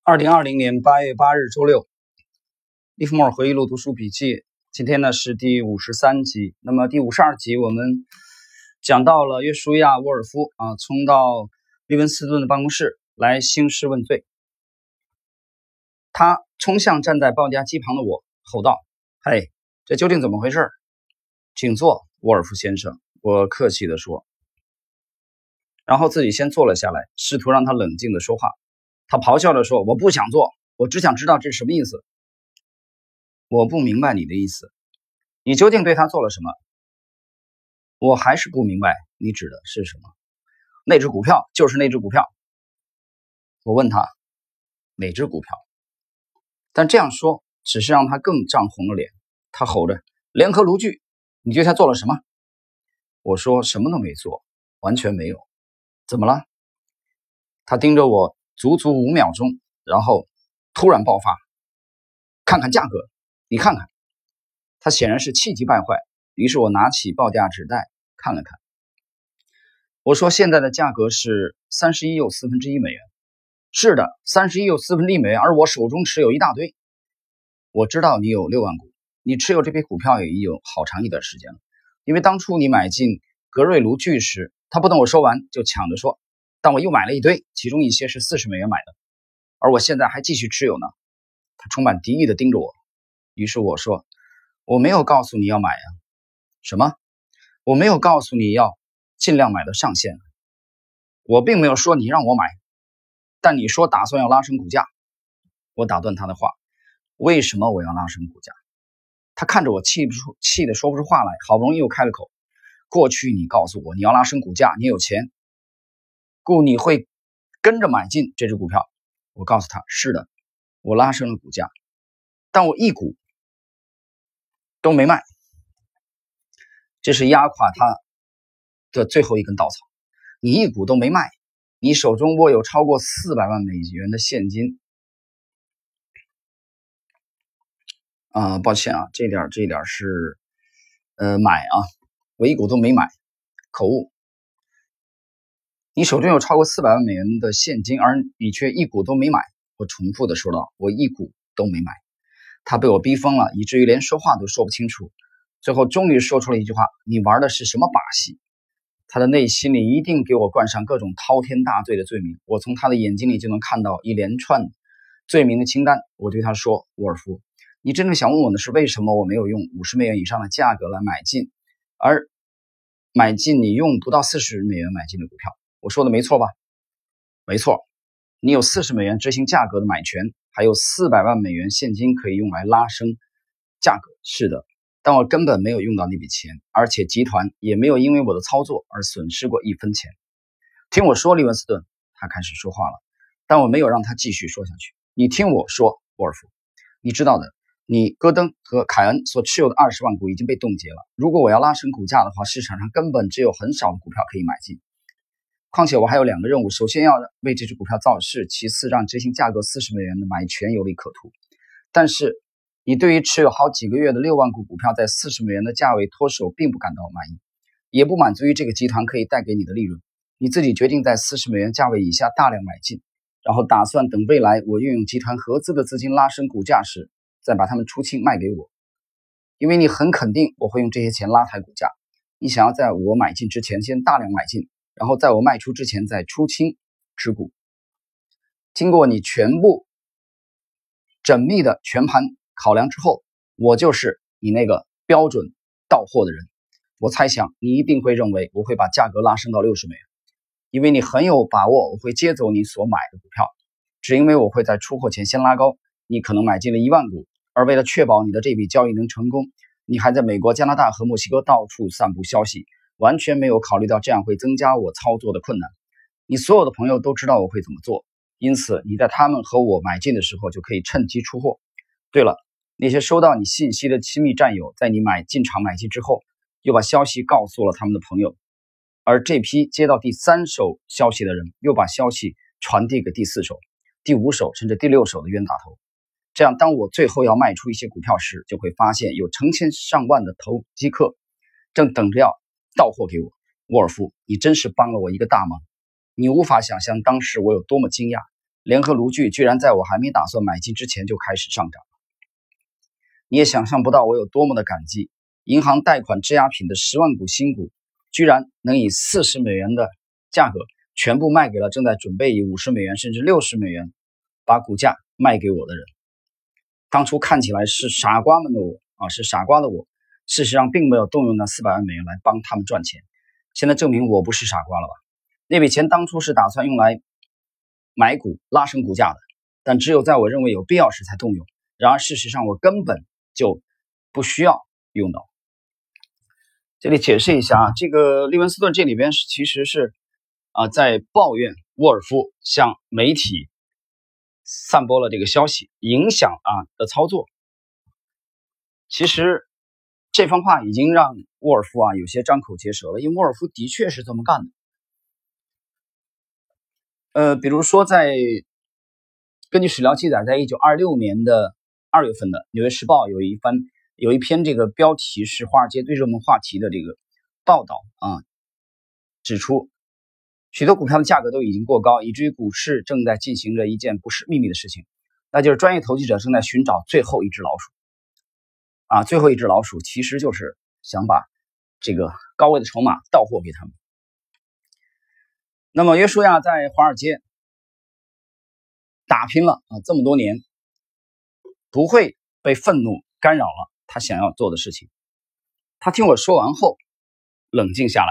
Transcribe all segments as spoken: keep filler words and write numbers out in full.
二零二零年八月八日周六，利弗莫尔回忆录读书笔记。今天呢是第五十三集。那么第五十二集我们讲到了约书亚·沃尔夫啊，冲到利文斯顿的办公室来兴师问罪。他冲向站在报价机旁的我，吼道：“嘿，这究竟怎么回事？”“请坐，沃尔夫先生。”我客气地说，然后自己先坐了下来，试图让他冷静地说话。他咆哮着说：“我不想做，我只想知道这是什么意思。”“我不明白你的意思，你究竟对他做了什么？”“我还是不明白你指的是什么。”“那只股票就是那只股票。”我问他：“哪只股票？”但这样说只是让他更涨红了脸。他吼着：“联合炉具，你对他做了什么？”我说：“什么都没做，完全没有。”“怎么了？”他盯着我足足五秒钟，然后突然爆发：“看看价格，你看看。”他显然是气急败坏，于是我拿起报价纸袋看了看。我说：“现在的价格是三十一又四分之一美元。”“是的，三十一又四分之一美元，而我手中持有一大堆。”“我知道你有六万股，你持有这批股票也已有好长一段时间了，因为当初你买进格瑞炉具时，他不等我说完就抢着说，但我又买了一堆，其中一些是四十美元买的，而我现在还继续持有呢。”他充满敌意地盯着我。于是我说：“我没有告诉你要买啊。”“什么？”“我没有告诉你要尽量买的上限。”“我并没有说你让我买，但你说打算要拉升股价。”我打断他的话：“为什么我要拉升股价？”他看着我气不出气得说不出话来，好不容易又开了口：“过去你告诉我你要拉升股价，你有钱，故你会跟着买进这只股票。”我告诉他：“是的，我拉升了股价，但我一股都没卖。”这是压垮他的最后一根稻草。你一股都没卖，你手中握有超过四百万美元的现金。啊、呃，抱歉啊，这点这点是呃买啊，我一股都没买，口误。你手中有超过四百万美元的现金，而你却一股都没买。我重复的说道：“我一股都没买。”他被我逼疯了，以至于连说话都说不清楚。最后终于说出了一句话：“你玩的是什么把戏？”他的内心里一定给我冠上各种滔天大罪的罪名，我从他的眼睛里就能看到一连串罪名的清单。我对他说：“沃尔夫，你真正想问我的是，为什么我没有用五十美元以上的价格来买进，而买进你用不到四十美元买进的股票？我说的没错吧？”“没错，你有四十美元执行价格的买权，还有四百万美元现金可以用来拉升价格。”“是的，但我根本没有用到那笔钱，而且集团也没有因为我的操作而损失过一分钱。”“听我说，利文斯顿。”他开始说话了，但我没有让他继续说下去。“你听我说，沃尔夫，你知道的，你戈登和凯恩所持有的二十万股已经被冻结了。如果我要拉升股价的话，市场上根本只有很少的股票可以买进。况且我还有两个任务，首先要为这只股票造势，其次让执行价格四十美元的买权有利可图。但是你对于持有好几个月的六万股股票在四十美元的价位脱手并不感到满意，也不满足于这个集团可以带给你的利润。你自己决定在四十美元价位以下大量买进，然后打算等未来我运用集团合资的资金拉升股价时，再把它们出清卖给我。因为你很肯定我会用这些钱拉抬股价，你想要在我买进之前先大量买进，然后在我卖出之前再出清持股。经过你全部缜密的全盘考量之后，我就是你那个标准到货的人。我猜想你一定会认为我会把价格拉升到六十美元，因为你很有把握我会接走你所买的股票，只因为我会在出货前先拉高。你可能买进了一万股，而为了确保你的这笔交易能成功，你还在美国、加拿大和墨西哥到处散布消息，完全没有考虑到这样会增加我操作的困难。你所有的朋友都知道我会怎么做，因此你在他们和我买进的时候就可以趁机出货。对了，那些收到你信息的亲密战友，在你买进场买进之后，又把消息告诉了他们的朋友，而这批接到第三手消息的人，又把消息传递给第四手、第五手甚至第六手的冤大头。这样，当我最后要卖出一些股票时，就会发现有成千上万的投机客正等着要到货给我。沃尔夫，你真是帮了我一个大忙。你无法想象当时我有多么惊讶， 联合炉具居然在我还没打算买进之前就开始上涨。你也想象不到我有多么的感激，银行贷款质押品的十万股新股居然能以四十美元的价格全部卖给了正在准备以五十美元甚至六十美元把股价卖给我的人。当初看起来是傻瓜们的我啊，是傻瓜的我，事实上并没有动用那四百万美元来帮他们赚钱。现在证明我不是傻瓜了吧？那笔钱当初是打算用来买股拉升股价的，但只有在我认为有必要时才动用。然而事实上我根本就不需要用到。这里解释一下啊，这个利文斯顿这里边其实是啊、呃、在抱怨沃尔夫向媒体散播了这个消息，影响啊的操作。其实这番话已经让沃尔夫啊有些张口结舌了，因为沃尔夫的确是这么干的。呃，比如说在根据史料记载，在一九二六年的二月份的《纽约时报》有一番有一篇这个标题是华尔街最热门话题的这个报道啊，指出许多股票的价格都已经过高，以至于股市正在进行着一件不是秘密的事情，那就是专业投机者正在寻找最后一只老鼠啊，最后一只老鼠其实就是想把这个高位的筹码到货给他们。那么约书亚在华尔街打拼了啊这么多年，不会被愤怒干扰了他想要做的事情。他听我说完后冷静下来，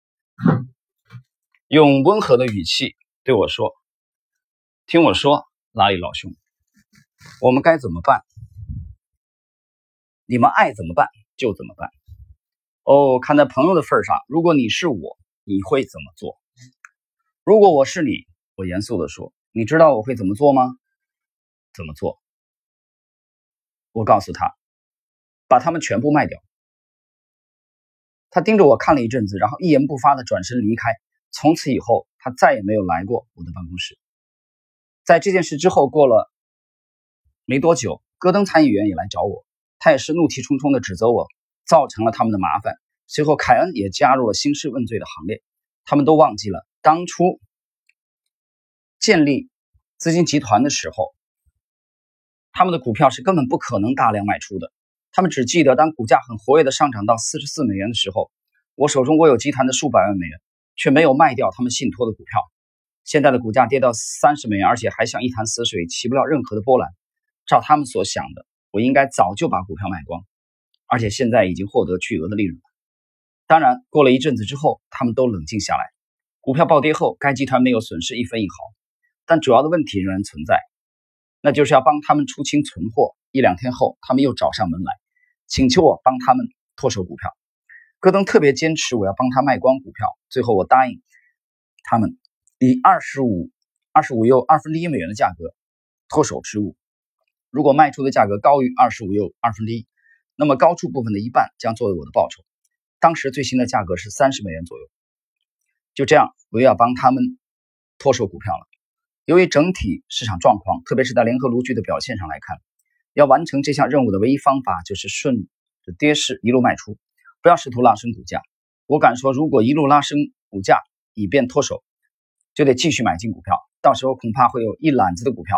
用温和的语气对我说，听我说，拉里老兄，我们该怎么办？你们爱怎么办就怎么办。哦，看在朋友的份上，如果你是我，你会怎么做？如果我是你，我严肃地说，你知道我会怎么做吗？怎么做？我告诉他，把他们全部卖掉。他盯着我看了一阵子，然后一言不发地转身离开。从此以后，他再也没有来过我的办公室。在这件事之后，过了没多久，戈登参议员也来找我，他也是怒气冲冲地指责我造成了他们的麻烦。随后凯恩也加入了兴师问罪的行列。他们都忘记了当初建立资金集团的时候，他们的股票是根本不可能大量卖出的。他们只记得当股价很活跃的上涨到四十四美元的时候，我手中握有集团的数百万美元，却没有卖掉他们信托的股票。现在的股价跌到三十美元，而且还像一潭死水，起不了任何的波澜。照他们所想的，我应该早就把股票卖光，而且现在已经获得巨额的利润了。当然，过了一阵子之后，他们都冷静下来。股票暴跌后，该集团没有损失一分一毫，但主要的问题仍然存在，那就是要帮他们出清存货。一两天后，他们又找上门来，请求我帮他们脱手股票。戈登特别坚持我要帮他卖光股票，最后我答应他们以二十五、二十五又二分之一美元的价格脱手持股。如果卖出的价格高于二十五又二分之一，那么高出部分的一半将作为我的报酬。当时最新的价格是三十美元左右。就这样，我又要帮他们脱手股票了。由于整体市场状况，特别是在联合炉具的表现上来看，要完成这项任务的唯一方法就是顺着跌势一路卖出，不要试图拉升股价。我敢说，如果一路拉升股价以便脱手，就得继续买进股票，到时候恐怕会有一揽子的股票。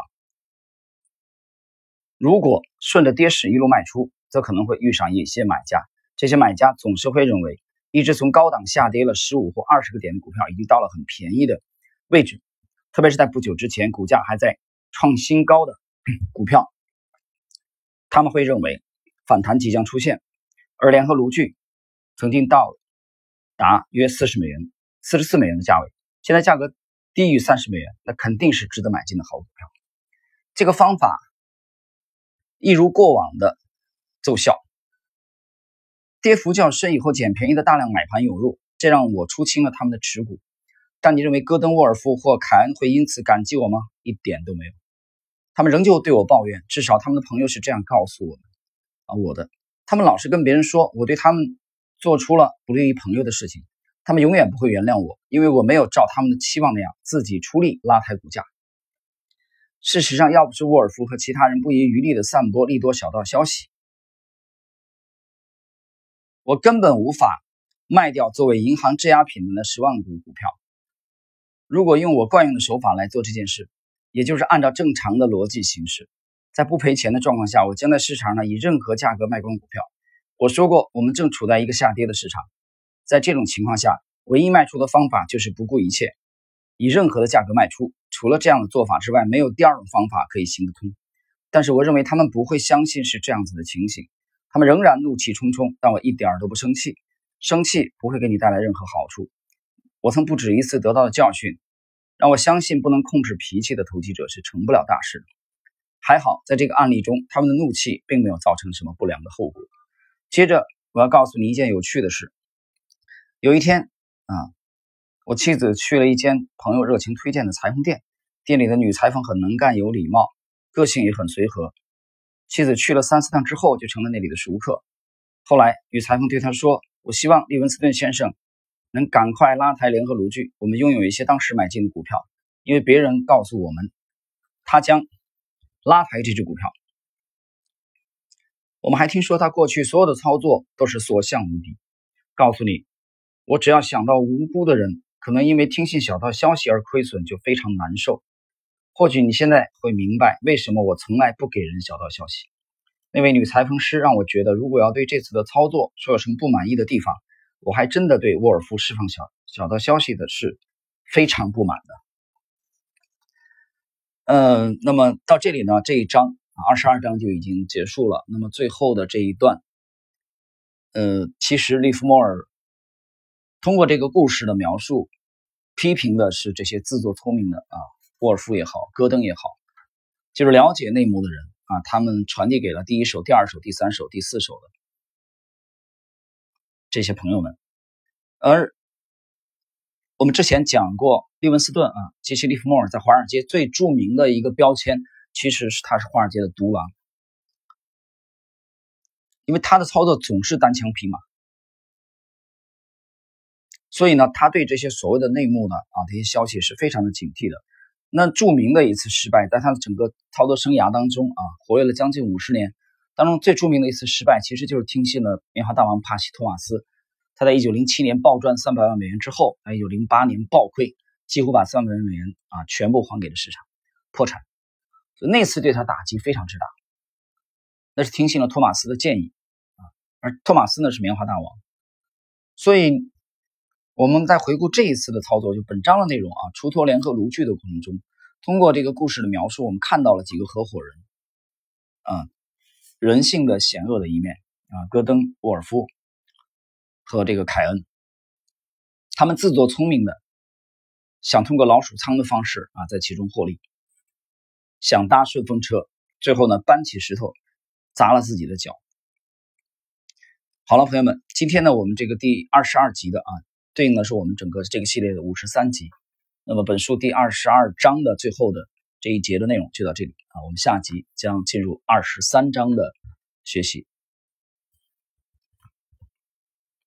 如果顺着跌势一路卖出，则可能会遇上一些买家，这些买家总是会认为一只从高档下跌了十五或二十个点的股票已经到了很便宜的位置，特别是在不久之前股价还在创新高的股票，他们会认为反弹即将出现。而联合炉具曾经到达约四十美元、四十四美元的价位，现在价格低于三十美元，那肯定是值得买进的好股票。这个方法一如过往的奏效，跌幅较深以后捡便宜的大量买盘涌入，这让我出清了他们的持股。但你认为戈登、沃尔夫或凯恩会因此感激我吗？一点都没有。他们仍旧对我抱怨，至少他们的朋友是这样告诉我们啊，我的。他们老是跟别人说我对他们做出了不利于朋友的事情，他们永远不会原谅我，因为我没有照他们的期望那样自己出力拉抬股价。事实上，要不是沃尔夫和其他人不遗余力地散播利多小道消息，我根本无法卖掉作为银行质押品的那十万股股票。如果用我惯用的手法来做这件事， 也就是按照正常的逻辑行事，在不赔钱的状况下，我将在市场上以任何价格卖光股票。我说过，我们正处在一个下跌的市场，在这种情况下，唯一卖出的方法就是不顾一切，以任何的价格卖出。除了这样的做法之外，没有第二种方法可以行得通。但是我认为他们不会相信是这样子的情形，他们仍然怒气冲冲，但我一点都不生气。生气不会给你带来任何好处。我曾不止一次得到的教训，让我相信不能控制脾气的投机者是成不了大事的。还好，在这个案例中，他们的怒气并没有造成什么不良的后果。接着，我要告诉你一件有趣的事。有一天啊，我妻子去了一间朋友热情推荐的裁缝店，店里的女裁缝很能干有礼貌，个性也很随和。妻子去了三四趟之后，就成了那里的熟客。后来，女裁缝对他说：“我希望利文斯顿先生能赶快拉抬联合炉具，我们拥有一些当时买进的股票，因为别人告诉我们，他将拉抬这只股票。我们还听说他过去所有的操作都是所向无敌。告诉你，我只要想到无辜的人可能因为听信小道消息而亏损，就非常难受。或许你现在会明白为什么我从来不给人小道消息。那位女裁缝师让我觉得，如果要对这次的操作说有什么不满意的地方，我还真的对沃尔夫释放小小道消息的是非常不满的。呃，那么到这里呢，这一章二十二章就已经结束了。那么最后的这一段，呃，其实利弗莫尔通过这个故事的描述，批评的是这些自作聪明的啊，沃尔夫也好，戈登也好，就是了解内幕的人啊，他们传递给了第一手、第二手、第三手、第四手的这些朋友们。而我们之前讲过，利文斯顿啊，杰西·利弗莫尔在华尔街最著名的一个标签，其实是他是华尔街的毒王，因为他的操作总是单枪匹马，所以呢，他对这些所谓的内幕呢啊这些消息是非常的警惕的。那著名的一次失败，在他的整个操作生涯当中啊，活跃了将近五十年当中，最著名的一次失败，其实就是听信了棉花大王帕西·托马斯。他在一九零七年暴赚三百万美元之后，在一九零八年暴亏，几乎把三百万美元啊全部还给了市场，破产。所以那次对他打击非常之大。那是听信了托马斯的建议啊，而托马斯呢是棉花大王。所以我们在回顾这一次的操作，就本章的内容啊，出脱联合炉具的过程中，通过这个故事的描述，我们看到了几个合伙人啊，人性的险恶的一面啊，戈登、沃尔夫和这个凯恩，他们自作聪明的想通过老鼠仓的方式啊，在其中获利，想搭顺风车，最后呢搬起石头砸了自己的脚。好了，朋友们，今天呢我们这个第二十二集的啊，对应的是我们整个这个系列的五十三集。那么本书第二十二章的最后的这一节的内容就到这里啊，我们下集将进入二十三章的学习。